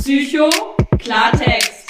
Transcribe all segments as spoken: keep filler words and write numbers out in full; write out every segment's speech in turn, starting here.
Psycho Klartext.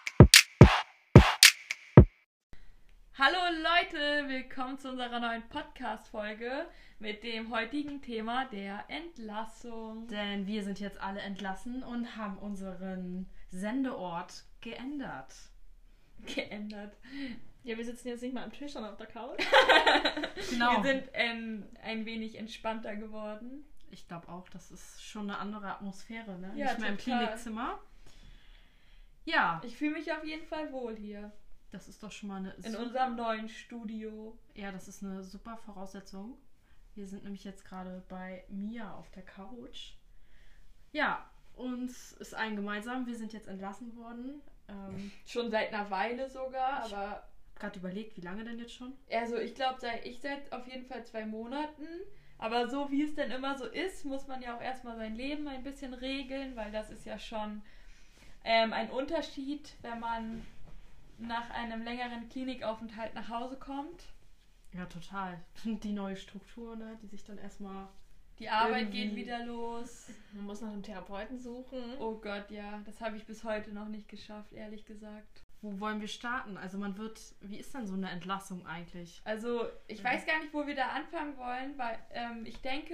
Hallo Leute, willkommen zu unserer neuen Podcast-Folge mit dem heutigen Thema der Entlassung. Denn wir sind jetzt alle entlassen und haben unseren Sendeort geändert. Geändert. Ja, wir sitzen jetzt nicht mal am Tisch, sondern auf der Couch. Genau. Wir sind ähm, ein wenig entspannter geworden. Ich glaube auch, das ist schon eine andere Atmosphäre, ne? Ja, nicht mehr im total. Klinikzimmer. Ja, Ich fühle mich auf jeden Fall wohl hier. das ist doch schon mal eine... In su- unserem neuen Studio. Ja, das ist eine super Voraussetzung. Wir sind nämlich jetzt gerade bei Mia auf der Couch. Ja, uns ist allen gemeinsam. Wir sind jetzt entlassen worden. Ähm, Schon seit einer Weile sogar, Ich- aber gerade überlegt, wie lange denn jetzt schon? also ich glaube, seit ich seit auf jeden Fall zwei Monaten. Aber so wie es denn immer so ist, muss man ja auch erstmal sein Leben ein bisschen regeln, weil das ist ja schon ähm, ein Unterschied, wenn man nach einem längeren Klinikaufenthalt nach Hause kommt. Ja, total. Die neue Struktur, ne? Die sich dann erstmal... Die Arbeit Irgendwie- geht wieder los. Man muss nach einem Therapeuten suchen. Oh Gott, ja, das habe ich bis heute noch nicht geschafft, ehrlich gesagt. Wo wollen wir starten? Also man wird... Wie ist denn so eine Entlassung eigentlich? Also, ich weiß gar nicht, wo wir da anfangen wollen, weil ähm, ich denke,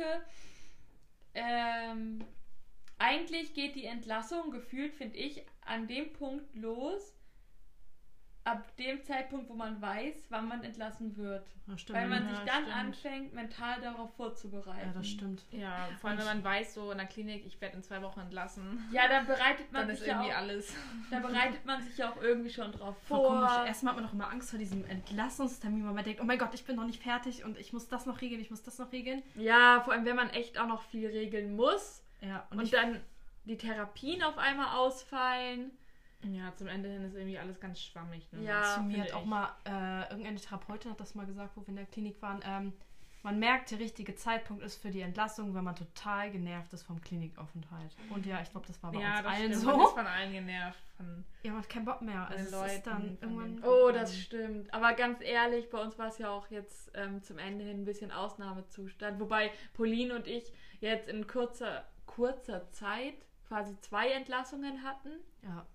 ähm, eigentlich geht die Entlassung gefühlt, finde ich, an dem Punkt los, ab dem Zeitpunkt, wo man weiß, wann man entlassen wird. Ja, stimmt. Weil man Ja, sich dann stimmt. anfängt, mental darauf vorzubereiten. Ja, das stimmt. Ja, vor allem wenn man weiß, so in der Klinik, ich werde in zwei Wochen entlassen. Ja, dann bereitet man Dann sich ist ja irgendwie auch, alles. da bereitet man sich ja auch irgendwie schon drauf Voll vor. komisch. Erstmal hat man doch immer Angst vor diesem Entlassungstermin, weil man denkt, oh mein Gott, ich bin noch nicht fertig und ich muss das noch regeln, ich muss das noch regeln. Ja, vor allem, wenn man echt auch noch viel regeln muss. Ja, und, Und ich, dann die Therapien auf einmal ausfallen. Ja, zum Ende hin ist irgendwie alles ganz schwammig. Ne? Ja, zu mir finde hat auch ich. mal, äh, irgendeine Therapeutin hat das mal gesagt, wo wir in der Klinik waren, ähm, man merkt, der richtige Zeitpunkt ist für die Entlassung, wenn man total genervt ist vom Klinikaufenthalt. Und ja, ich glaube, das war bei Ja, uns das allen stimmt. so. Man ist von allen genervt. Von Ja, man hat keinen Bock mehr. Von Also den es ist dann Leuten, von irgendwann... den- Oh, das stimmt. Aber ganz ehrlich, bei uns war es ja auch jetzt ähm, zum Ende hin ein bisschen Ausnahmezustand. Wobei Pauline und ich jetzt in kurzer, kurzer Zeit quasi zwei Entlassungen hatten, Ja,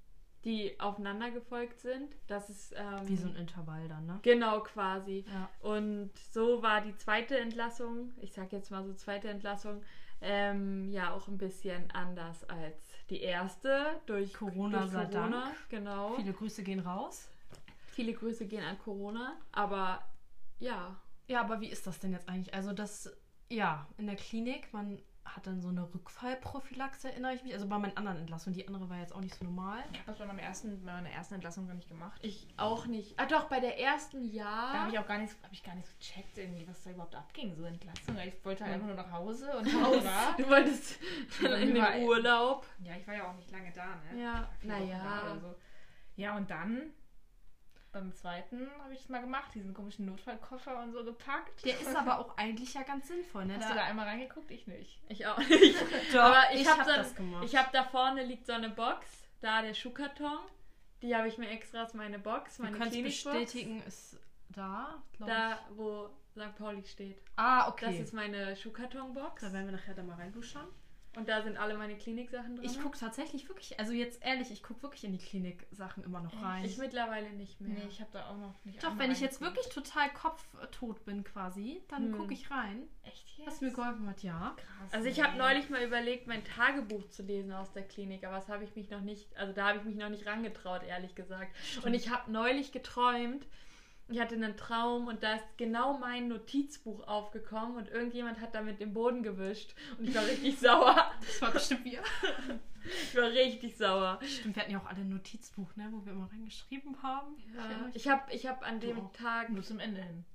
die aufeinander gefolgt sind. Das ist ähm, wie so ein Intervall dann, ne? genau quasi. Ja. Und so war die zweite Entlassung, ich sag jetzt mal so zweite Entlassung, ähm, ja auch ein bisschen anders als die erste durch Corona durch sei Corona, Dank. genau. Viele Grüße gehen raus. Viele Grüße gehen an Corona, aber ja, Ja, aber wie ist das denn jetzt eigentlich? Also das, ja, in der Klinik, man hat dann so eine Rückfallprophylaxe, erinnere ich mich. Also bei meinen anderen Entlassungen, die andere war jetzt auch nicht so normal. Ich habe das bei, meinem ersten, bei meiner ersten Entlassung gar nicht gemacht. ich auch nicht. Ah doch, bei der ersten ja. Da habe ich auch gar nicht, habe ich gar nicht so gecheckt, irgendwie, was da überhaupt abging, so Entlassung. Ich wollte halt Ja. einfach nur nach Hause und Haus war. Du wolltest dann in den Überall. Urlaub. Ja, ich war ja auch nicht lange da, ne? Ja, Vier Wochen naja. da oder so. Ja, und dann beim zweiten habe ich es mal gemacht, diesen komischen Notfallkoffer und so gepackt. Der ist aber auch eigentlich ja ganz sinnvoll, ne? Hast du da einmal reingeguckt? Ich nicht. Ich auch nicht. Doch, aber ich, ich habe hab dann, das gemacht. ich habe da vorne liegt so eine Box, da der Schuhkarton. Die habe ich mir extra als meine Box, Wir meine können es Klinikbox. bestätigen, ist da, glaub Da, ich. wo Sankt Pauli steht. Ah, okay. Das ist meine Schuhkartonbox. Da werden wir nachher dann mal reinluschern. Und da sind alle meine Kliniksachen drin. Ich gucke tatsächlich wirklich, also jetzt ehrlich, ich gucke wirklich in die Klinik-Sachen immer noch rein. Ich mittlerweile nicht mehr. Nee, ich habe da auch noch nicht Doch, einmal wenn ich jetzt reingeguckt. wirklich total kopftot bin quasi, dann Hm. gucke ich rein. Echt jetzt? Was mir geholfen hat, ja. Krass. Also ich habe neulich mal überlegt, mein Tagebuch zu lesen aus der Klinik, aber das habe ich mich noch nicht, also da habe ich mich noch nicht rangetraut, ehrlich gesagt. Und ich habe neulich geträumt, ich hatte einen Traum und da ist genau mein Notizbuch aufgekommen und irgendjemand hat damit den Boden gewischt und ich war richtig sauer. Das war bestimmt wir. Ich war richtig sauer. Stimmt, wir hatten ja auch alle ein Notizbuch, ne, wo wir immer reingeschrieben haben. Ja. Ich habe ich hab an Du dem auch. Tag, Nur zum Ende hin.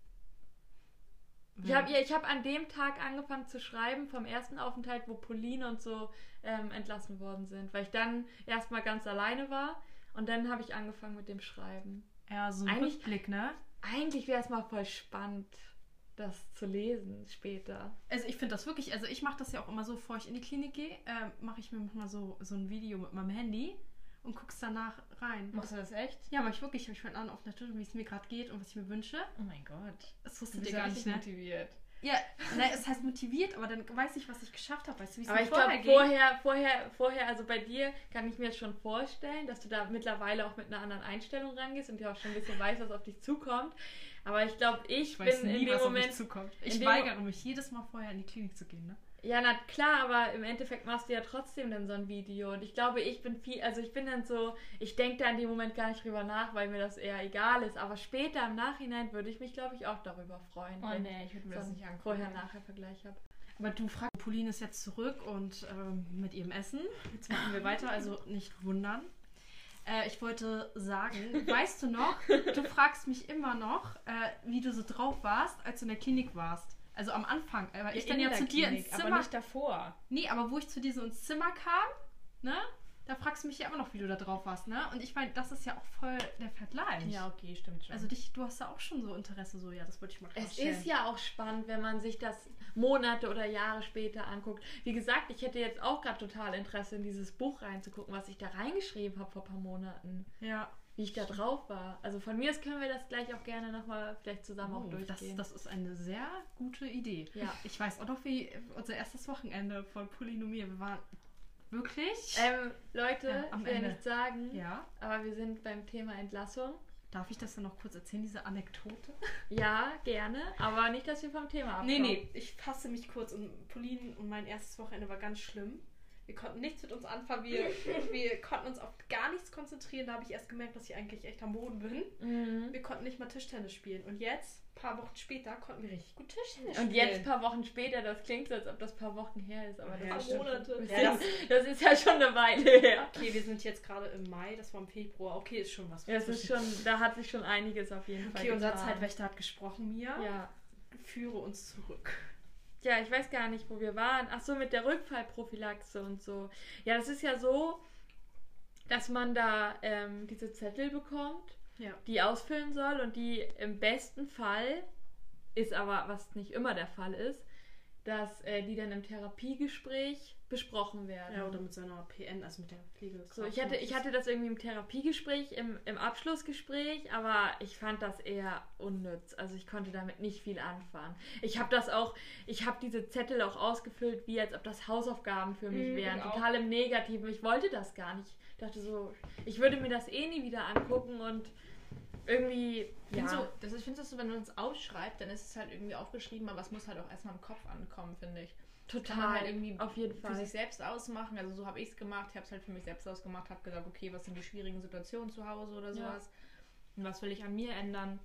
ich habe ja, ich hab an dem Tag angefangen zu schreiben vom ersten Aufenthalt, wo Pauline und so ähm, entlassen worden sind, weil ich dann erstmal ganz alleine war und dann habe ich angefangen mit dem Schreiben. Ja, so ein Eigentlich- Rückblick, ne? Eigentlich wäre es mal voll spannend, das zu lesen später. Also ich finde das wirklich, also ich mache das ja auch immer so, bevor ich in die Klinik gehe, äh, mache ich mir manchmal so, so ein Video mit meinem Handy und guck's danach rein. Machst du das echt? Ja, aber ich wirklich, habe ich meinen an auf der Tisch, wie es mir gerade geht und was ich mir wünsche. Oh mein Gott. Das Du wusstet bist ihr ja gar nicht, richtig ne? motiviert. Ja, na, es heißt motiviert, aber dann weiß ich, was ich geschafft habe. Weißt du, wie es Aber mir ich glaube, vorher ging? vorher, vorher, vorher, also bei dir kann ich mir jetzt schon vorstellen, dass du da mittlerweile auch mit einer anderen Einstellung rangehst und ja auch schon ein bisschen weißt, was auf dich zukommt. Aber ich glaube, ich, Ich weiß bin nie, in dem was Moment... auf mich zukommt. in Ich dem- weigere mich jedes Mal vorher in die Klinik zu gehen, ne? Ja, na klar, aber im Endeffekt machst du ja trotzdem dann so ein Video. Und ich glaube, ich bin viel, also ich bin dann so, ich denke da in dem Moment gar nicht drüber nach, weil mir das eher egal ist. Aber später im Nachhinein würde ich mich, glaube ich, auch darüber freuen, Oh wenn nee, ich würde mir so das einen nicht angucken. Vorher-Nachher-Vergleich habe. Aber du fragst, Pauline ist jetzt zurück und ähm, mit ihrem Essen. Jetzt machen wir weiter, also nicht wundern. Äh, ich wollte sagen, weißt du noch, du fragst mich immer noch, äh, wie du so drauf warst, als du in der Klinik warst. Also am Anfang, äh, weil ich dann ja zu dir ins Zimmer... aber nicht davor. Nee, aber wo ich zu dir so ins Zimmer kam, ne? Da fragst du mich ja immer noch, wie du da drauf warst, ne? Und ich meine, das ist ja auch voll der Vergleich. Ja, okay, stimmt schon. Also dich, du hast da auch schon so Interesse, so, ja, das wollte ich mal Es klarstellen. ist ja auch spannend, wenn man sich das Monate oder Jahre später anguckt. Wie gesagt, ich hätte jetzt auch gerade total Interesse in dieses Buch reinzugucken, was ich da reingeschrieben habe vor ein paar Monaten. Ja. Wie ich da drauf war. Also von mir aus können wir das gleich auch gerne nochmal vielleicht zusammen auch Oh, das, durchgehen. das ist eine sehr gute Idee. Ja. Ich weiß auch noch, wie unser erstes Wochenende von Pauline und mir, wir waren wirklich... Ähm, Leute, Ja, am ich will ja Ende. nichts sagen, ja. aber wir sind beim Thema Entlassung. Darf ich das dann noch kurz erzählen, diese Anekdote? Ja, gerne, aber nicht, dass wir vom Thema abkommen. Nee, nee, ich fasse mich kurz. Und Pauline und mein erstes Wochenende war ganz schlimm. Wir konnten nichts mit uns anfangen. Wir, wir konnten uns auf gar nichts konzentrieren. Da habe ich erst gemerkt, dass ich eigentlich echt am Boden bin. Mhm. Wir konnten nicht mal Tischtennis spielen. Und jetzt, ein paar Wochen später, konnten wir richtig gut Tischtennis spielen. Und jetzt, ein paar Wochen später, das klingt so, als ob das ein paar Wochen her ist, aber das Ja, ist stimmt. Monate. Ja, das, das ist ja schon eine Weile her. Okay, wir sind jetzt gerade im Mai, das war im Februar. Okay, ist schon was. Ja, es ist schon, da hat sich schon einiges auf jeden Fall Okay, unser getan. Zeitwächter hat gesprochen, Mia. Ja. Führe uns zurück. Ja, ich weiß gar nicht, wo wir waren. Ach so, mit der Rückfallprophylaxe und so. Ja, das ist ja so, dass man da ähm, diese Zettel bekommt, Ja. die ausfüllen soll und die im besten Fall, ist aber, was nicht immer der Fall ist, dass äh, die dann im Therapiegespräch besprochen werden. Ja, oder mit seiner P N, also mit der Pflegekraft. So, ich hatte, ich hatte das irgendwie im Therapiegespräch, im, im Abschlussgespräch, aber ich fand das eher unnütz. Also ich konnte damit nicht viel anfangen. Ich habe das auch, ich habe diese Zettel auch ausgefüllt, wie als ob das Hausaufgaben für mich Mhm, wären. ich auch. Total im Negativen. Ich wollte das gar nicht. Ich dachte so, ich würde mir das eh nie wieder angucken und irgendwie, Ich ja. finde so, das, ich finde das so, wenn man es aufschreibt, dann ist es halt irgendwie aufgeschrieben, aber es muss halt auch erstmal im Kopf ankommen, finde ich. Kann man Total, halt irgendwie auf jeden für Fall. sich selbst ausmachen. Also so habe ich es gemacht. Ich habe es halt für mich selbst ausgemacht, habe gesagt, okay, was sind die schwierigen Situationen zu Hause oder Ja. sowas. Und was will ich an mir ändern?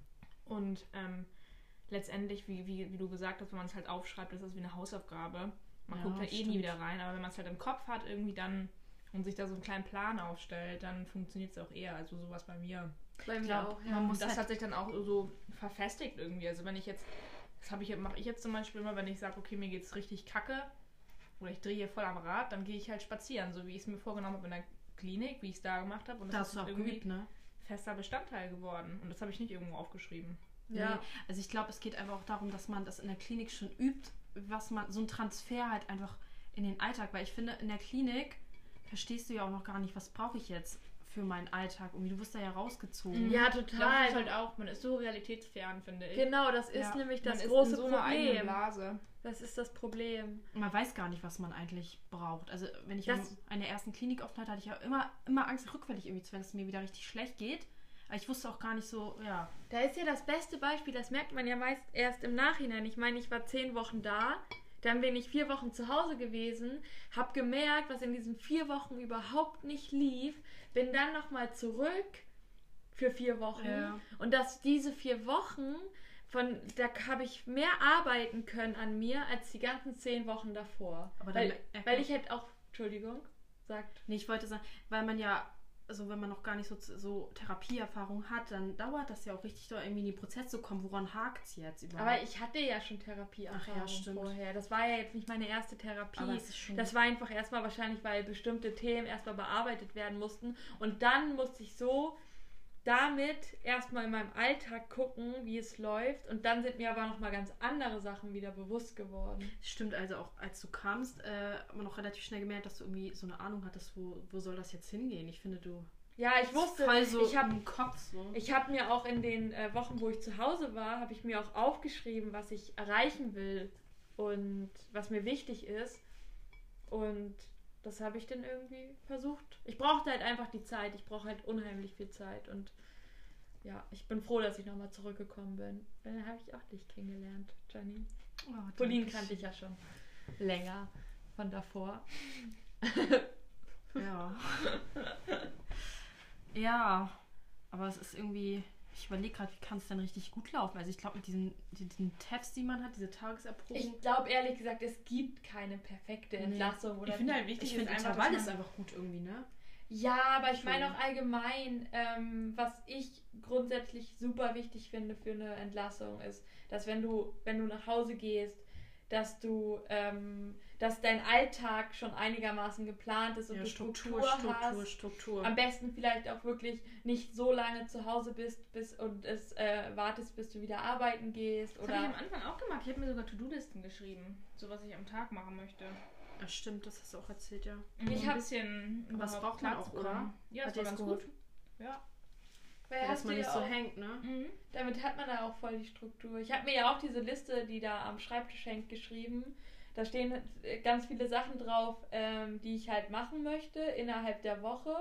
Und ähm, letztendlich, wie, wie, wie du gesagt hast, wenn man es halt aufschreibt, ist das wie eine Hausaufgabe. Man Ja, guckt da eh stimmt. nie wieder rein, aber wenn man es halt im Kopf hat, irgendwie dann und sich da so einen kleinen Plan aufstellt, dann funktioniert es auch eher. Also sowas bei mir. Bei mir glaub, auch, ja. man muss Und das halt- hat sich dann auch so verfestigt irgendwie. Also wenn ich jetzt, das habe ich, mache ich jetzt zum Beispiel immer, wenn ich sage, okay, mir geht's richtig kacke oder ich drehe hier voll am Rad, dann gehe ich halt spazieren, so wie ich es mir vorgenommen habe in der Klinik, wie ich es da gemacht habe. Und Da das hast du ist auch irgendwie geübt, ne? fester Bestandteil geworden. Und das habe ich nicht irgendwo aufgeschrieben. Ja. Nee. Also ich glaube, es geht einfach auch darum, dass man das in der Klinik schon übt, was man, so ein Transfer halt einfach in den Alltag, weil ich finde, in der Klinik verstehst du ja auch noch gar nicht, was brauche ich jetzt für meinen Alltag. Und du wirst da ja rausgezogen. Ja, Das total. ist halt auch, man ist so realitätsfern, finde ich. Genau, das ist Ja. nämlich Man das ist große in so einer eigenen Problem. Blase. Das ist das Problem. Man weiß gar nicht, was man eigentlich braucht. Also wenn ich Das- in einer ersten Klinikaufenthalt hatte, hatte ich ja immer, immer Angst, rückfällig irgendwie zu werden, dass es mir wieder richtig schlecht geht. Aber ich wusste auch gar nicht so, ja. Da ist ja das beste Beispiel, das merkt man ja meist erst im Nachhinein. Ich meine, ich war zehn Wochen da, dann bin ich vier Wochen zu Hause gewesen, habe gemerkt, was in diesen vier Wochen überhaupt nicht lief, bin dann nochmal zurück für vier Wochen Ja. und dass diese vier Wochen, von da habe ich mehr arbeiten können an mir als die ganzen zehn Wochen davor. Aber dann weil, merkt weil man- ich halt auch, Entschuldigung, sagt. Nee, ich wollte sagen, weil man ja, also wenn man noch gar nicht so, so Therapieerfahrung hat, dann dauert das ja auch richtig, da irgendwie in den Prozess zu kommen. Woran hakt es jetzt überhaupt? Aber ich hatte ja schon Therapieerfahrung Ach ja, stimmt. vorher. Das war ja jetzt nicht meine erste Therapie. Aber es ist schon Das war einfach erstmal wahrscheinlich, weil bestimmte Themen erstmal bearbeitet werden mussten. Und dann musste ich so damit erstmal in meinem Alltag gucken, wie es läuft. Und dann sind mir aber nochmal ganz andere Sachen wieder bewusst geworden. Stimmt, also auch als du kamst, äh, hat man noch relativ schnell gemerkt, dass du irgendwie so eine Ahnung hattest, wo, wo soll das jetzt hingehen. Ich finde, du Ja, ich wusste, voll so ich habe im Kopf so. ich habe mir auch in den äh, Wochen, wo ich zu Hause war, habe ich mir auch aufgeschrieben, was ich erreichen will und was mir wichtig ist. Und das habe ich dann irgendwie versucht. Ich brauchte halt einfach die Zeit. Ich brauche halt unheimlich viel Zeit. Und ja, ich bin froh, dass ich nochmal zurückgekommen bin. Dann habe ich auch dich kennengelernt, Janine. Oh, Pauline kannte ich ja schon länger von davor. Ja. Ja, aber es ist irgendwie, ich überlege gerade, wie kann es denn richtig gut laufen? Also ich glaube, mit diesen, diesen Tabs, die man hat, diese Tageserprobung. Ich glaube ehrlich gesagt, es gibt keine perfekte Entlassung. Nee. Oder Ich finde halt wichtig, ich finde ist einfach, Intervall dass ist man- einfach gut irgendwie, ne? Ja, aber ich meine Schön. auch allgemein, ähm, was ich grundsätzlich super wichtig finde für eine Entlassung ist, dass wenn du, wenn du nach Hause gehst, dass du, ähm, dass dein Alltag schon einigermaßen geplant ist und Ja, du Struktur, Struktur, Struktur, hast. Struktur. Am besten vielleicht auch wirklich nicht so lange zu Hause bist bis und es äh, wartest, bis du wieder arbeiten gehst. Das habe ich Oder am Anfang auch gemacht. Ich habe mir sogar To-Do-Listen geschrieben. So, was ich am Tag machen möchte. Ja, stimmt, das hast du auch erzählt, ja. Um Ich ein hab- bisschen Aber das überhaupt braucht man auch, klarzukommen. oder? Ja, Hat das war dir ganz das gut. geholfen? Ja. weil Ja, hast dass man du nicht ja so auch, hängt, ne? Mhm. damit hat man da auch voll die Struktur. Ich habe mir ja auch diese Liste, die da am Schreibtisch hängt, geschrieben. Da stehen äh, ganz viele Sachen drauf, ähm, die ich halt machen möchte innerhalb der Woche.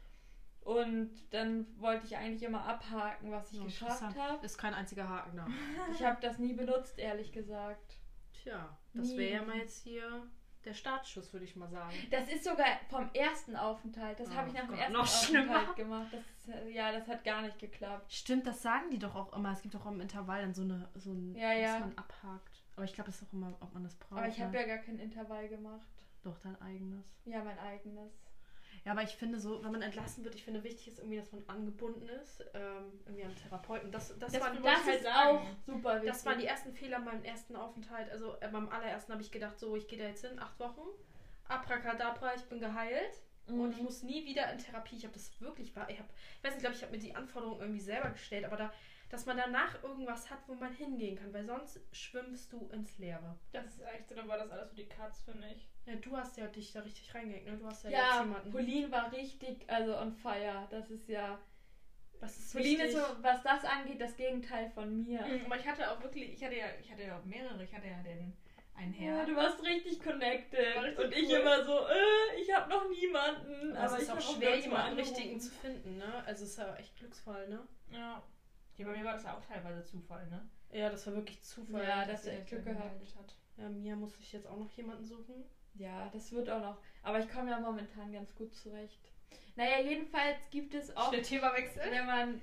Und dann wollte ich eigentlich immer abhaken, was ich Ja, geschafft interessant. habe. Ist kein einziger Haken da. Ich habe das nie benutzt, ehrlich gesagt. Tja, das wäre ja mal jetzt hier der Startschuss, würde ich mal sagen. Das ist sogar vom ersten Aufenthalt. Das Oh habe ich nach dem Gott, ersten noch schlimmer. Aufenthalt gemacht. Das ist, äh, ja, das hat gar nicht geklappt. Stimmt, das sagen die doch auch immer. Es gibt doch auch im Intervall dann so eine, so ein, Ja, ja. dass man abhakt. Aber ich glaube, das ist auch immer, ob man das braucht. Aber ich habe ne? ja gar kein Intervall gemacht. Doch, dein eigenes. Ja, mein eigenes. Ja, aber ich finde so, wenn man entlassen wird, ich finde wichtig ist irgendwie, dass man angebunden ist, ähm, irgendwie am Therapeuten. Das, das, Das, war, das wollte ich halt ist sagen. auch super wichtig. das waren die ersten Fehler beim ersten Aufenthalt. Also äh, beim allerersten habe ich gedacht, so, ich gehe da jetzt hin, acht Wochen, abracadabra, ich bin geheilt. Mhm. Und ich muss nie wieder in Therapie. Ich habe das wirklich, war, ich, hab, ich weiß nicht, glaube ich, habe mir die Anforderungen irgendwie selber gestellt, aber da, dass man danach irgendwas hat, wo man hingehen kann, weil sonst schwimmst du ins Leere. Das ist echt so, dann war das alles für die Katz, finde ich. Ja, du hast ja dich da richtig reingehängt, ne? Du hast ja, Ja, jetzt jemanden. Pauline war richtig, also on fire. Das ist ja. Was ist Pauline ist wichtig? so, was das angeht, das Gegenteil von mir. Mhm, aber ich hatte auch wirklich, ich hatte ja, ich hatte ja mehrere, ich hatte ja den einen Ja, Herr. du warst richtig connected. War richtig und ich cool. immer so, äh, ich habe noch niemanden. Aber es aber ist ich auch hab schwer, nirgendwo jemanden angerufen. richtigen zu finden, ne? Also es ist ja echt glücksvoll, ne? Ja. Ja, bei mir war das ja auch teilweise Zufall, ne? Ja, das war wirklich Zufall. Ja, dass das sie ist echt das Glück dann gehabt. gemeldet hat. Ja, Mia muss ich jetzt auch noch jemanden suchen. Ja, das wird auch noch. Aber ich komme ja momentan ganz gut zurecht. Naja, jedenfalls gibt es auch, Der Themawechsel? wenn man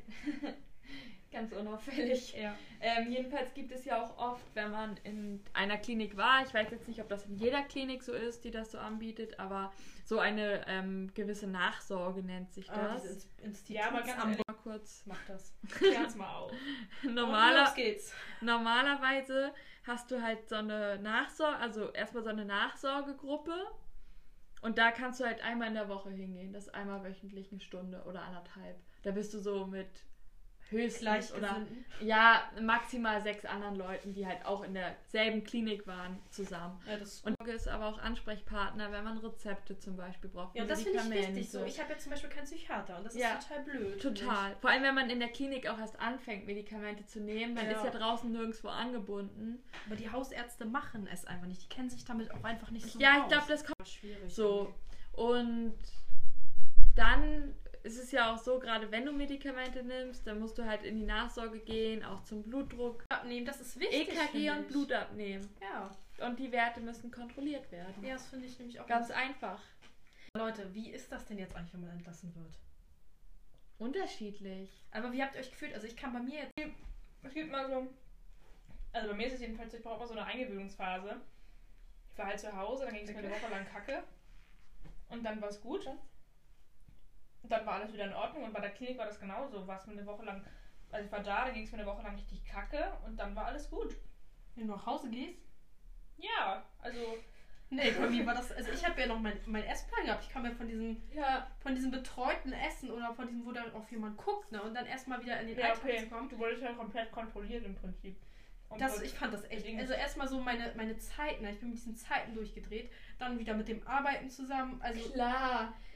ganz unauffällig. Ja. Ähm, jedenfalls gibt es ja auch oft, wenn man in einer Klinik war, ich weiß jetzt nicht, ob das in jeder Klinik so ist, die das so anbietet, aber so eine ähm, gewisse Nachsorge nennt sich Ah, das. dieses Institut Ja, aber ganz am ehrlich, Mal kurz. macht das. klär's mal auf. Und Normaler, los geht's. normalerweise hast du halt so eine Nachsorge, also erstmal so eine Nachsorgegruppe und da kannst du halt einmal in der Woche hingehen. Das ist einmal wöchentlich eine Stunde oder anderthalb. Da bist du so mit höchstens oder Gleichgesinnten. ja, maximal sechs anderen Leuten, die halt auch in derselben Klinik waren, zusammen. Ja, das ist Und ist aber auch Ansprechpartner, wenn man Rezepte zum Beispiel braucht. Ja, für das finde ich Medikamente. wichtig. So, ich habe ja zum Beispiel keinen Psychiater und das ist Ja, total blöd. finde Total. Vor allem, wenn man in der Klinik auch erst anfängt, Medikamente zu nehmen. Man Ja. ist ja draußen nirgendwo angebunden. ich. Aber die Hausärzte machen es einfach nicht. Die kennen sich damit auch einfach nicht so Ja, ich aus. glaube, das kommt Das ist schwierig. so. Und dann ist es ja auch so, gerade wenn du Medikamente nimmst, dann musst du halt in die Nachsorge gehen, auch zum Blutdruck, Abnehmen, das ist wichtig. E K G finde und ich. Blut abnehmen. Ja. Und die Werte müssen kontrolliert werden. Ja, das finde ich nämlich auch Ganz einfach. Leute, wie ist das denn jetzt eigentlich, wenn man entlassen wird? Unterschiedlich. Aber wie habt ihr euch gefühlt? Also ich kann bei mir jetzt... Es gibt mal so. Also bei mir ist es jedenfalls, ich brauche mal so eine Eingewöhnungsphase. Ich war halt zu Hause, dann ging es mir eine Woche lang kacke. Und dann war es gut. Und dann war alles wieder in Ordnung. Und bei der Klinik war das genauso. War es mir eine Woche lang. Also ich war da, dann ging es mir eine Woche lang richtig kacke. Und dann war alles gut. Wenn du nach Hause gehst? Ja, also. Nee, bei mir war das... Also ich habe ja noch mein, mein Essplan gehabt. Ich kam ja von diesem, Ja. von diesem betreuten Essen oder von diesem, wo dann auf jemand guckt, ne? Und dann erstmal wieder in den Ja, Alltag okay. zu kommen. Du wurdest ja komplett kontrolliert im Prinzip. Und Das, so- ich fand das echt. Deswegen- Also erstmal so meine, meine Zeiten, ich bin mit diesen Zeiten durchgedreht, dann wieder mit dem Arbeiten zusammen. Also Klar.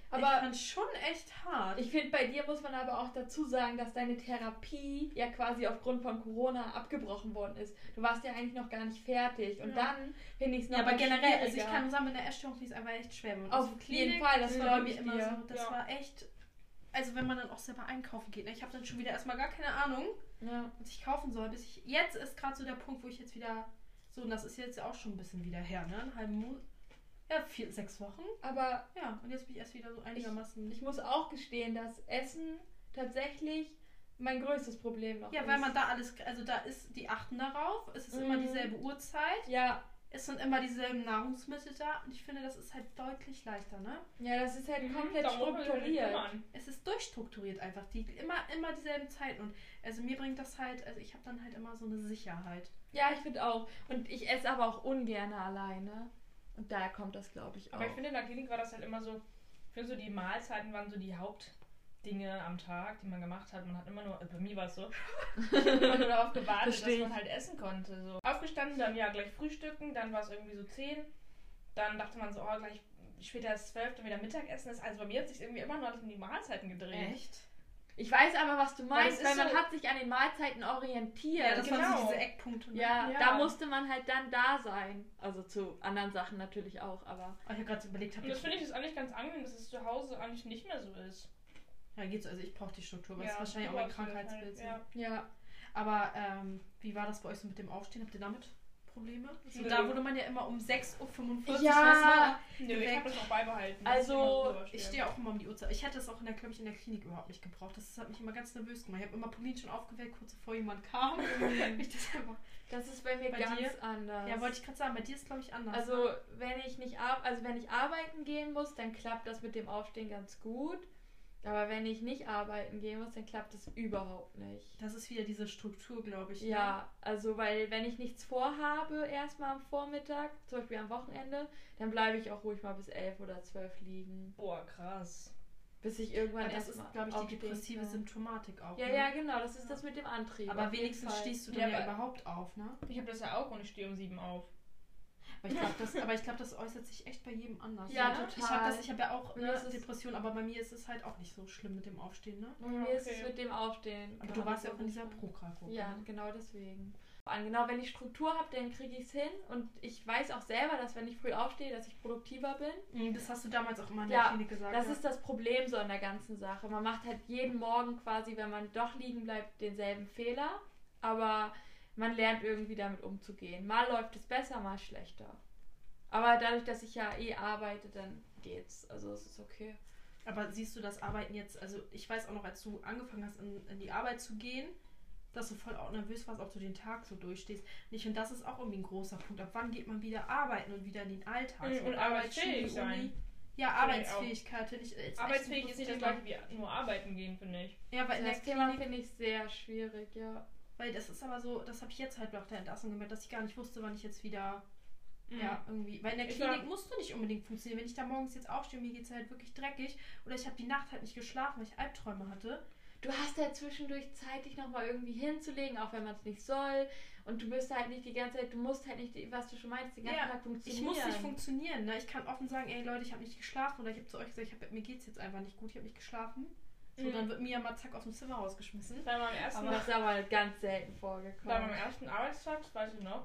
Aber ich fand schon echt hart. ich finde, bei dir muss man aber auch dazu sagen, dass deine Therapie ja quasi aufgrund von Corona abgebrochen worden ist. Du warst ja eigentlich noch gar nicht fertig. Und Ja. dann finde ich es noch Ja, aber mal generell, also ich schwieriger. kann nur sagen, mit der Essstörung finde ich es einfach echt schwer. Und Auf so jeden Klinik, Fall, das das war glaub bei mir ich immer dir. so, das Ja. war echt, also wenn man dann auch selber einkaufen geht, ne? Ich habe dann schon wieder erstmal gar keine Ahnung, Ja. was ich kaufen soll, bis ich, jetzt ist gerade so der Punkt, wo ich jetzt wieder, so, und das ist jetzt auch schon ein bisschen wieder her, ne, einen halben Monat, ja, vier, sechs Wochen, Aber ja, und jetzt bin ich erst wieder so einigermaßen, ich muss auch gestehen, dass Essen tatsächlich mein größtes Problem noch ja, ist. weil man da alles, also da ist, die achten darauf, es ist immer Mhm. dieselbe Uhrzeit, Ja, es sind immer dieselben Nahrungsmittel da und ich finde, das ist halt deutlich leichter, ne? ja, das ist halt komplett Da muss man sich nicht strukturiert. kümmern. Es ist durchstrukturiert einfach, die immer, immer dieselben Zeiten und also mir bringt das halt, also ich habe dann halt immer so eine Sicherheit. Ja, ich finde auch. Und ich esse aber auch ungern alleine. Und daher kommt das, glaube ich, auch. Aber ich finde, in der Klinik war das halt immer so, ich finde so, die Mahlzeiten waren so die Hauptdinge am Tag, die man gemacht hat. Man hat immer nur, also bei mir war es so, immer nur darauf gewartet, Versteh dass man ich. halt essen konnte. So. Aufgestanden, dann ja gleich frühstücken, dann war es irgendwie so zehn. Dann dachte man so, oh, gleich später ist zwölf, dann wieder Mittagessen. ist. Also bei mir hat sich irgendwie immer nur alles um die Mahlzeiten gedreht. Echt? Ich weiß aber, was du meinst, Weil weil, es ist man so- hat sich an den Mahlzeiten orientiert. Ja, das waren genau. so diese Eckpunkte. Ne? ja, Ja. da musste man halt dann da sein. Also zu anderen Sachen natürlich auch, aber... Oh, ich habe gerade überlegt, hab Und das ich, finde ich ist eigentlich ganz angenehm, dass es zu Hause eigentlich nicht mehr so ist. ja, geht's, also ich brauche die Struktur, weil es Ja, ist wahrscheinlich du auch mein brauchst das Krankheitsbild. halt, so. ja. Ja, Aber ähm, wie war das bei euch so mit dem Aufstehen? Habt ihr damit Probleme? So, Nö. da wurde man ja immer um sechs Uhr fünfundvierzig Ja. was war. Nö, ich Geweckt. habe das auch beibehalten. Also, dass ich immer drüber Ich stehe. stehe auch immer um die Uhrzeit. Ich hätte es auch in der, glaube ich, in der Klinik überhaupt nicht gebraucht. Das hat mich immer ganz nervös gemacht. Ich habe immer Pauline schon aufgeweckt, kurz bevor jemand kam. ich das einfach, das ist bei mir Bei ganz dir? anders. ja, wollte ich gerade sagen, bei dir ist glaube ich anders. Also, ne? wenn ich nicht ar also wenn ich arbeiten gehen muss, dann klappt das mit dem Aufstehen ganz gut. Aber wenn ich nicht arbeiten gehen muss, dann klappt das überhaupt nicht. Das ist wieder diese Struktur, glaube ich. Ne? Ja, also weil wenn ich nichts vorhabe, erstmal am Vormittag, zum Beispiel am Wochenende, dann bleibe ich auch ruhig mal bis elf oder zwölf liegen. Boah, krass. Bis ich irgendwann Aber das erst ist, mal glaube ich, die aufstehen depressive kann. Symptomatik auch. Ja, ne? ja, genau, das ist das mit dem Antrieb. Aber auf jeden wenigstens Fall. stehst du dann Ja, ja, aber- überhaupt auf, ne? Ich habe das ja auch und ich stehe um sieben auf. Aber ich glaube, das, aber ich glaub, das äußert sich echt bei jedem anders. Ja, ne? total. Ich habe das, ich habe ja auch Mir eine ist es- Depression, aber bei mir ist es halt auch nicht so schlimm mit dem Aufstehen, ne? Bei mir ist es Okay. mit dem Aufstehen. Aber gerade du warst ja so auch in dieser schlimm. Prokra-Gruppe. Ja, ne? genau deswegen. An- Genau, wenn ich Struktur habe, dann kriege ich es hin. Und ich weiß auch selber, dass wenn ich früh aufstehe, dass ich produktiver bin. Mhm, Das hast du damals auch immer in Ja, der Klinik gesagt. Das ja. ist das Problem so an der ganzen Sache. Man macht halt jeden Morgen quasi, wenn man doch liegen bleibt, denselben Fehler. Aber man lernt irgendwie damit umzugehen. Mal läuft es besser, mal schlechter. Aber dadurch, dass ich ja eh arbeite, dann geht's. Also es ist okay. Aber siehst du das Arbeiten jetzt, also ich weiß auch noch, als du angefangen hast, in, in die Arbeit zu gehen, dass du voll auch nervös warst, ob du den Tag so durchstehst. Und ich finde, das ist auch irgendwie ein großer Punkt. Ab wann geht man wieder arbeiten und wieder in den Alltag? Mhm, So und Arbeit, arbeitsfähig Schule, sein. Uni. Ja, Finde ich Arbeitsfähigkeit. Finde ich, ist echt ein Arbeitsfähig großes ist nicht das Thema. gleiche wie nur arbeiten gehen, finde ich. Ja, weil in der Das Thema Klinik, finde ich sehr schwierig, ja. weil das ist aber so, das habe ich jetzt halt nach der Entlassung gemerkt, dass ich gar nicht wusste, wann ich jetzt wieder, Mhm. ja, irgendwie, weil in der Ich Klinik war- musst du nicht unbedingt funktionieren. Wenn ich da morgens jetzt aufstehe, mir geht es halt wirklich dreckig oder ich habe die Nacht halt nicht geschlafen, weil ich Albträume hatte. Du hast ja zwischendurch Zeit, dich nochmal irgendwie hinzulegen, auch wenn man es nicht soll. Und du bist halt nicht die ganze Zeit, du musst halt nicht, was du schon meinst, den ganzen Ja, Tag Ich funktionieren. muss nicht funktionieren, ne? Ich kann offen sagen, ey Leute, ich habe nicht geschlafen oder ich habe zu euch gesagt, ich hab, mir geht's jetzt einfach nicht gut, ich habe nicht geschlafen. So, Mhm. dann wird mir ja mal zack aus dem Zimmer rausgeschmissen. Bei meinem ersten, Aber das ist aber ganz selten bei vorgekommen. meinem ersten Arbeitstag, das weiß ich noch.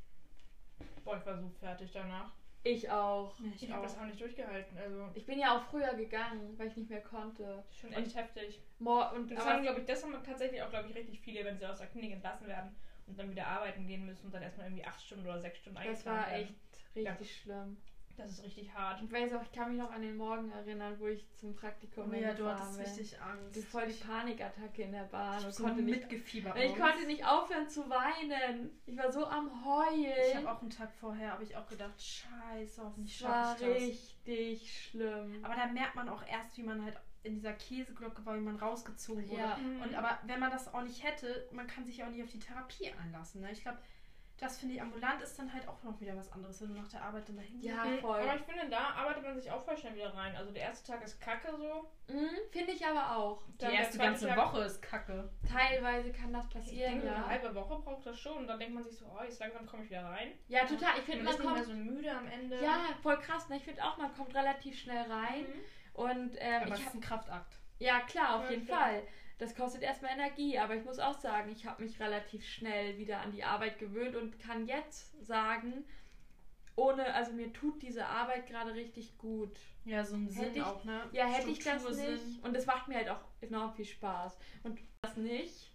Boah, ich war so fertig danach. Ich auch. Ja, Ich habe das auch nicht durchgehalten. Also Ich bin ja auch früher gegangen, weil ich nicht mehr konnte. schon echt heftig. Mor und Das aber haben, glaube ich, das haben tatsächlich auch, glaube ich, richtig viele, wenn sie aus der Klinik entlassen werden und dann wieder arbeiten gehen müssen und dann erstmal irgendwie acht Stunden oder sechs Stunden das eingeplant war werden. echt richtig schlimm. Das ist richtig hart. Ich weiß auch, ich kann mich noch an den Morgen erinnern, wo ich zum Praktikum Oh ja, du hingefahren hattest bin. richtig Angst. Ich hatte voll die Panikattacke in der Bahn Ich und hab so konnte nicht, mitgefiebert. ich morgens. konnte nicht aufhören zu weinen. Ich war so am Ich Heulen. habe auch einen Tag vorher, habe ich auch gedacht, scheiße, hoffentlich Es war schaffe ich das. richtig schlimm. Aber da merkt man auch erst, wie man halt in dieser Käseglocke war, wie man rausgezogen wurde. Ja. Und aber wenn man das auch nicht hätte, man kann sich ja auch nicht auf die Therapie einlassen. Ne? Ich glaube, das finde ich, ambulant ist dann halt auch noch wieder was anderes, wenn du nach der Arbeit dann dahin Ja, Mhm, voll. Aber ich finde, da arbeitet man sich auch voll schnell wieder rein. Also der erste Tag ist kacke so. Mhm, finde ich aber auch. Dann Die erste der ganze zweite Tag- Woche ist kacke. Teilweise kann das Ich passieren, denke, ja. eine halbe Woche braucht das schon. Und dann denkt man sich so, oh, jetzt langsam komme ich wieder rein. Ja, total. Ich finde, Man man ist nicht mehr kommt... so müde am Ende. Ja, voll krass. Ne? Ich finde auch, man kommt relativ schnell rein. Mhm. Und ähm, Aber ich es ist ein Kraftakt. Ja, klar, auf Ja, jeden klar. Fall. Das kostet erstmal Energie, aber ich muss auch sagen, ich habe mich relativ schnell wieder an die Arbeit gewöhnt und kann jetzt sagen, ohne, also mir tut diese Arbeit gerade richtig gut. Ja, so ein Hätte Sinn ich- auch, ne? Ja, hätte ich das Struktursinn. nicht. Und es macht mir halt auch enorm viel Spaß. Und das nicht.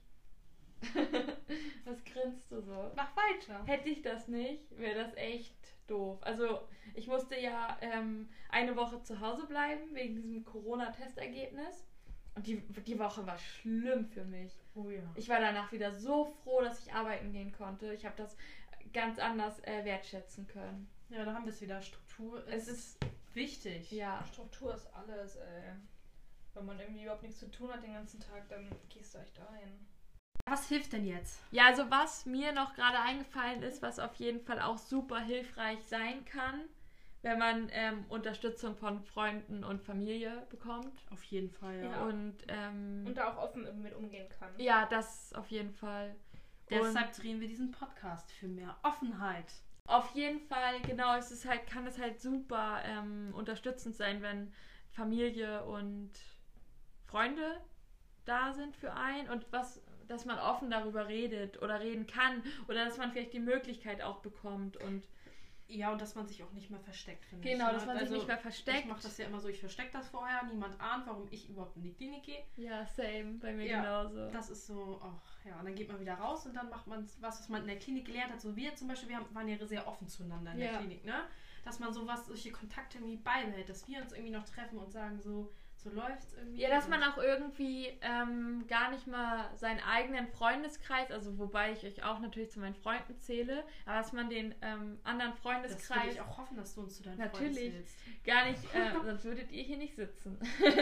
Was grinst du so? Mach weiter. Hätte ich das nicht, wäre das echt doof. Also ich musste ja ähm, eine Woche zu Hause bleiben wegen diesem Corona-Testergebnis. Und die, die Woche war schlimm für mich. Oh ja. Ich war danach wieder so froh, dass ich arbeiten gehen konnte. Ich habe das ganz anders äh, wertschätzen können. Ja, da haben wir es wieder. Struktur ist, Es ist, wichtig. ja, Struktur ist alles, ey. Wenn man irgendwie überhaupt nichts zu tun hat den ganzen Tag, dann gehst du echt ein. Was hilft denn jetzt? Ja, also was mir noch gerade eingefallen ist, was auf jeden Fall auch super hilfreich sein kann, wenn man ähm, Unterstützung von Freunden und Familie bekommt. Auf jeden Fall, ja. Ja. Und ähm, Und da auch offen mit umgehen kann. ja, das auf jeden Fall. Deshalb drehen wir diesen Podcast für mehr Offenheit. Auf jeden Fall, genau, es ist halt, kann es halt super ähm, unterstützend sein, wenn Familie und Freunde da sind für einen und was, dass man offen darüber redet oder reden kann oder dass man vielleicht die Möglichkeit auch bekommt und Ja, und dass man sich auch nicht mehr versteckt, finde ich. genau, ne? dass man Also, sich nicht mehr versteckt. Ich mache das ja immer so, ich verstecke das vorher, niemand ahnt, warum ich überhaupt in die Klinik gehe. Ja, same, bei mir Ja, genauso. Das ist so, ach ja, und dann geht man wieder raus und dann macht man was, was man in der Klinik gelernt hat. So wir zum Beispiel, wir haben, waren ja sehr offen zueinander in Ja. der Klinik, ne? Dass man sowas, solche Kontakte irgendwie beibehält, dass wir uns irgendwie noch treffen und sagen, so, so läuft's irgendwie. Ja, dass man Und- auch irgendwie ähm, gar nicht mal seinen eigenen Freundeskreis, also wobei ich euch auch natürlich zu meinen Freunden zähle, aber dass man den ähm, anderen Das Freundeskreis würde ich auch hoffen, dass du uns zu deinen Natürlich. Freunden zählst. gar nicht, äh, sonst würdet ihr hier nicht sitzen.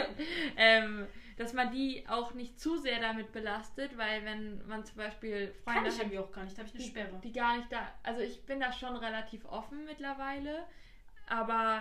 ähm, dass man die auch nicht zu sehr damit belastet, weil wenn man zum Beispiel Kann Freunde ich hat, irgendwie auch gar nicht, da habe ich eine die, Sperre. die gar nicht da, also ich bin da schon relativ offen mittlerweile, aber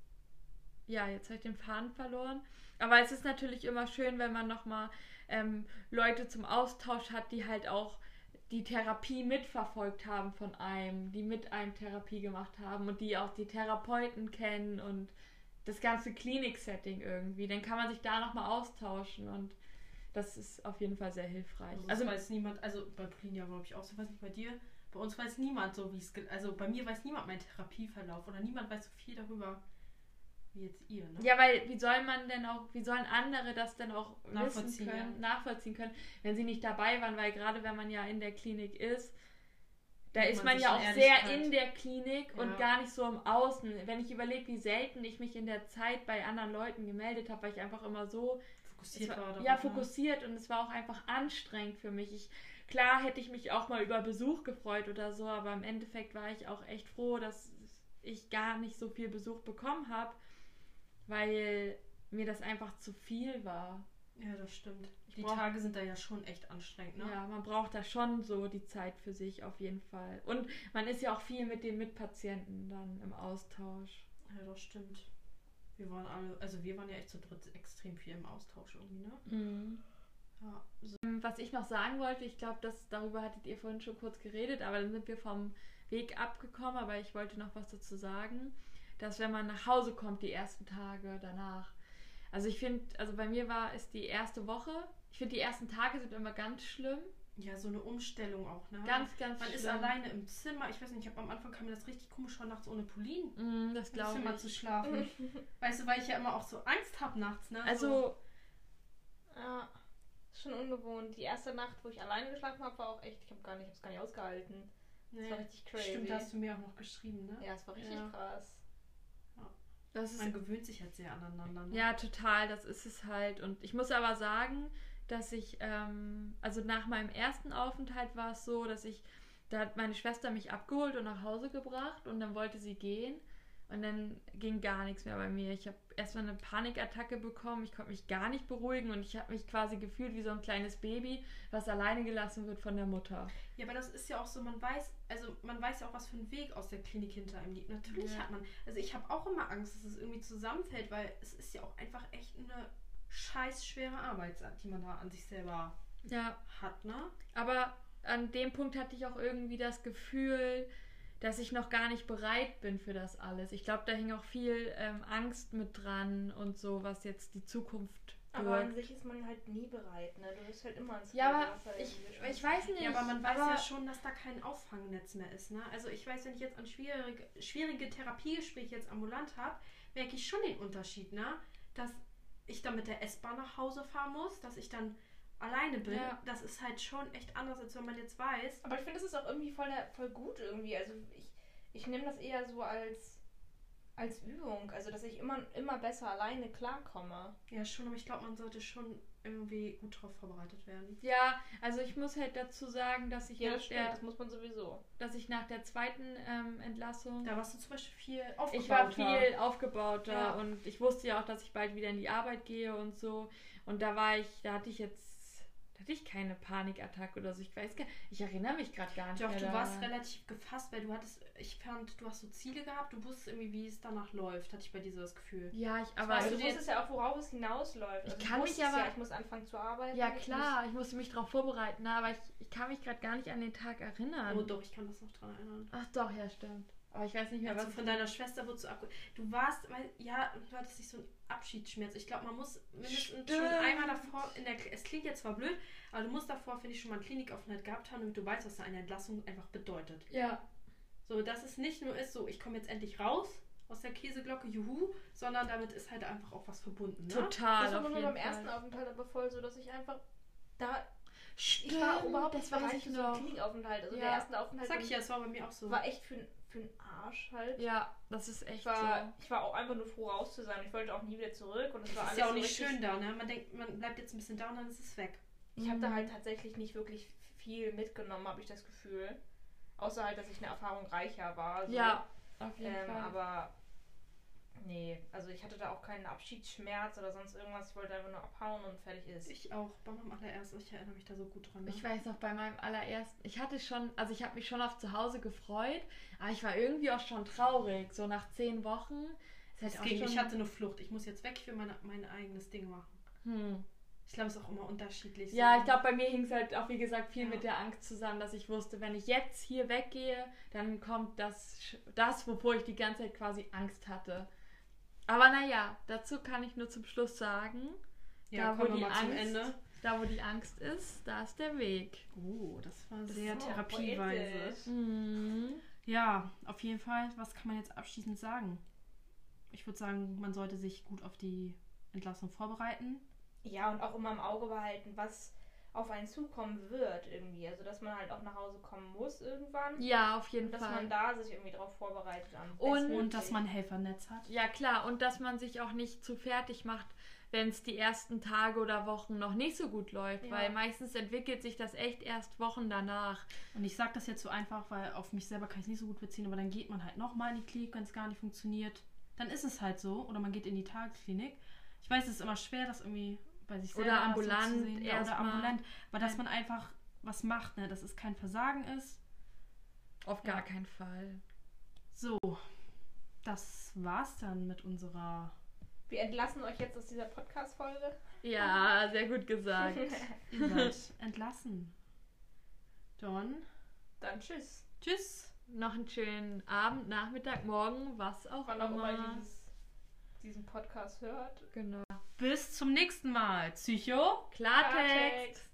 ja, jetzt habe ich den Faden verloren. Aber es ist natürlich immer schön, wenn man nochmal ähm, Leute zum Austausch hat, die halt auch die Therapie mitverfolgt haben von einem, die mit einem Therapie gemacht haben und die auch die Therapeuten kennen und das ganze Klinik-Setting irgendwie. Dann kann man sich da nochmal austauschen und das ist auf jeden Fall sehr hilfreich. Also, Also, das weiß niemand, also bei Pauline ja, glaube ich auch so, weiß nicht bei dir. Bei uns weiß niemand so, wie es geht. Also bei mir weiß niemand meinen Therapieverlauf oder niemand weiß so viel darüber wie jetzt ihr, ne? ja, weil wie soll man denn auch, wie sollen andere das denn auch wissen Nachvollziehen, können, ja. nachvollziehen können, wenn sie nicht dabei waren, weil gerade wenn man ja in der Klinik ist, da Sieht ist man man sich ja in auch sehr Ehrlichkeit. in der Klinik Ja. und gar nicht so im Außen. Wenn ich überlege, wie selten ich mich in der Zeit bei anderen Leuten gemeldet habe, weil ich einfach immer so Fokussiert es war, war darauf, ja, ne? fokussiert und es war auch einfach anstrengend für mich. Ich, klar hätte ich mich auch mal über Besuch gefreut oder so, aber im Endeffekt war ich auch echt froh, dass ich gar nicht so viel Besuch bekommen habe, weil mir das einfach zu viel war. Ja, das stimmt. Ich Die brauch- Tage sind da ja schon echt anstrengend, ne? Ja, man braucht da schon so die Zeit für sich auf jeden Fall. Und man ist ja auch viel mit den Mitpatienten dann im Austausch. Ja, das stimmt. Wir waren alle, also wir waren ja echt zu dritt extrem viel im Austausch irgendwie, ne? Ja, so. Was ich noch sagen wollte, ich glaube, dass darüber hattet ihr vorhin schon kurz geredet, aber dann sind wir vom Weg abgekommen, aber ich wollte noch was dazu sagen, dass wenn man nach Hause kommt, die ersten Tage danach, also ich finde, also bei mir war es die erste Woche, ich finde die ersten Tage sind immer ganz schlimm, Ja, so eine Umstellung auch, ne? ganz, ganz Man schlimm. ist alleine im Zimmer. Ich weiß nicht, ich habe am Anfang kam mir das richtig komisch vor, nachts ohne Pauline Mm, das im glaube Zimmer ich. zu schlafen. Weißt du, weil ich ja immer auch so Angst habe nachts, ne? So, Also, Ja, ist schon ungewohnt. Die erste Nacht, wo ich alleine geschlafen habe, war auch echt, ich habe gar nicht, ich hab's gar nicht ausgehalten. Das nee. war richtig crazy. Stimmt, da hast du mir auch noch geschrieben, ne? Ja, es war richtig Ja. krass. das ist Man gewöhnt sich halt sehr aneinander, ne? Ja, total, das ist es halt. Und ich muss aber sagen, dass ich, ähm, also nach meinem ersten Aufenthalt war es so, dass ich, da hat meine Schwester mich abgeholt und nach Hause gebracht und dann wollte sie gehen und dann ging gar nichts mehr bei mir. Ich habe erstmal eine Panikattacke bekommen, ich konnte mich gar nicht beruhigen und ich habe mich quasi gefühlt wie so ein kleines Baby, was alleine gelassen wird von der Mutter. Ja, aber das ist ja auch so, man weiß, also man weiß ja auch, was für ein Weg aus der Klinik hinter einem liegt. Natürlich Ja. hat man, also ich habe auch immer Angst, dass es irgendwie zusammenfällt, weil es ist ja auch einfach echt eine scheiß schwere Arbeit, die man da an sich selber Ja, hat, ne? aber an dem Punkt hatte ich auch irgendwie das Gefühl, dass ich noch gar nicht bereit bin für das alles. Ich glaube, da hing auch viel ähm, Angst mit dran und so, was jetzt die Zukunft Aber an birgt. sich ist man halt nie bereit, ne? Du bist halt immer ins Ja, kalte aber Wasser ich, irgendwie ich geschmissen. weiß nicht. Ja, aber man weiß aber ja schon, dass da kein Auffangnetz mehr ist. Ne? Also ich weiß, wenn ich jetzt an schwierige, schwierige Therapiegespräche jetzt ambulant habe, merke ich schon den Unterschied, ne? Dass ich dann mit der S-Bahn nach Hause fahren muss, dass ich dann alleine bin. Ja. Das ist halt schon echt anders, als wenn man jetzt weiß. Aber ich finde, das ist auch irgendwie voll, der, voll gut irgendwie. Also ich, ich nehme das eher so als, als Übung. Also dass ich immer, immer besser alleine klarkomme. Ja, schon, aber ich glaube, man sollte schon irgendwie gut drauf vorbereitet werden. ja, also ich muss halt dazu sagen, dass ich, Ja, nach, das stimmt. der, Das muss man sowieso. dass ich nach der zweiten ähm, Entlassung Da warst du zum Beispiel viel aufgebauter. ich war viel aufgebauter Ja. und ich wusste ja auch, dass ich bald wieder in die Arbeit gehe und so. Und da war ich, da hatte ich jetzt, da hatte ich keine Panikattacke oder so. Ich weiß gar ich erinnere mich gerade gar nicht Doch, mehr. du da. warst relativ gefasst, weil du hattest, ich fand, du hast so Ziele gehabt, du wusstest irgendwie, wie es danach läuft, hatte ich bei dir so das Gefühl. Ja, ich, aber Also ich, du wusstest ja auch, worauf es hinausläuft. Also Ich du kann mich wusstest aber- Ja, ich muss anfangen zu arbeiten. ja ich klar, ich musste mich darauf vorbereiten, aber ich, ich kann mich gerade gar nicht an den Tag erinnern. Oh doch, ich kann das noch dran erinnern. Ach doch, ja stimmt. Aber ich weiß nicht mehr, Also was von deiner Schwester wurdest du abge... Du warst, weil, ja, du hattest nicht so einen Abschiedsschmerz. Ich glaube, man muss mindestens Stimmt. schon einmal davor in der... Es klingt jetzt zwar blöd, aber du musst davor, finde ich, schon mal einen Klinikaufenthalt gehabt haben, damit du weißt, was da eine Entlassung einfach bedeutet. Ja. So, dass es nicht nur ist, so, ich komme jetzt endlich raus aus der Käseglocke, juhu, sondern damit ist halt einfach auch was verbunden, ne? Total, Das war auf bei mir jeden beim ersten Fall. Aufenthalt aber voll so, dass ich einfach da... Stimmt, Ich war auch überhaupt nicht das weiß bereit ich für so einen noch. Klinikaufenthalt. Also Ja. der erste Aufenthalt Sag ich ja, es war bei mir auch so. war echt für, für einen Arsch halt. Ja, das ist echt Ich war, so. ich war auch einfach nur froh, raus zu sein. Ich wollte auch nie wieder zurück. Und es war Das alles ist ja auch so nicht richtig, schön da, ne? Man denkt, man bleibt jetzt ein bisschen da und dann ist es weg. Ich habe da Mhm. halt tatsächlich nicht wirklich viel mitgenommen, habe ich das Gefühl. Außer halt, dass ich eine Erfahrung reicher war. So. Ja, auf jeden Ähm, Fall. aber nee, also ich hatte da auch keinen Abschiedsschmerz oder sonst irgendwas. Ich wollte einfach nur abhauen und fertig ist. Ich auch, bei meinem allerersten, ich erinnere mich da so gut dran. Ne? Ich weiß noch, bei meinem allerersten, ich hatte schon, also ich habe mich schon auf zu Hause gefreut, aber ich war irgendwie auch schon traurig, so nach zehn Wochen. Ist halt Es auch ging, schon, ich hatte eine Flucht. Ich muss jetzt weg, ich will meine, mein eigenes Ding machen. hm. Ich glaube, es ist auch immer unterschiedlich. so. Ja, ich glaube, bei mir hing es halt auch, wie gesagt, viel Ja. mit der Angst zusammen, dass ich wusste, wenn ich jetzt hier weggehe, dann kommt das, Sch- das, wovor ich die ganze Zeit quasi Angst hatte. Aber naja, dazu kann ich nur zum Schluss sagen, ja, da, wo kommen die wir mal zum Angst, Ende. da wo die Angst ist, da ist der Weg. Oh, das war Das sehr ist so therapieweise. poetisch. Mhm. Ja, auf jeden Fall. Was kann man jetzt abschließend sagen? Ich würde sagen, man sollte sich gut auf die Entlassung vorbereiten. Ja, und auch immer im Auge behalten, was auf einen zukommen wird irgendwie. Also, dass man halt auch nach Hause kommen muss irgendwann. Ja, auf jeden Und dass Fall. man da sich irgendwie drauf vorbereitet am Und- bestmöglich. Und dass man ein Helfernetz hat. Ja, klar. Und dass man sich auch nicht zu fertig macht, wenn es die ersten Tage oder Wochen noch nicht so gut läuft. Ja. Weil meistens entwickelt sich das echt erst Wochen danach. Und ich sage das jetzt so einfach, weil auf mich selber kann ich es nicht so gut beziehen, aber dann geht man halt nochmal in die Klinik, wenn es gar nicht funktioniert. Dann ist es halt so. Oder man geht in die Tagesklinik. Ich weiß, es ist immer schwer, das irgendwie bei sich selber Oder ambulant so zu sehen. Ja, oder erstmal. ambulant. Aber dass Nein. man einfach was macht, ne? Dass es kein Versagen ist. Auf Ja. gar keinen Fall. So, das war's dann mit unserer Wir entlassen euch jetzt aus dieser Podcast-Folge. Ja, sehr gut gesagt. Ihr seid entlassen. Dann Dann tschüss. tschüss. Noch einen schönen Abend, Nachmittag, Morgen, was auch Wann auch immer immer. ihr dieses, diesen Podcast hört. Genau. Bis zum nächsten Mal. Psycho. Klartext.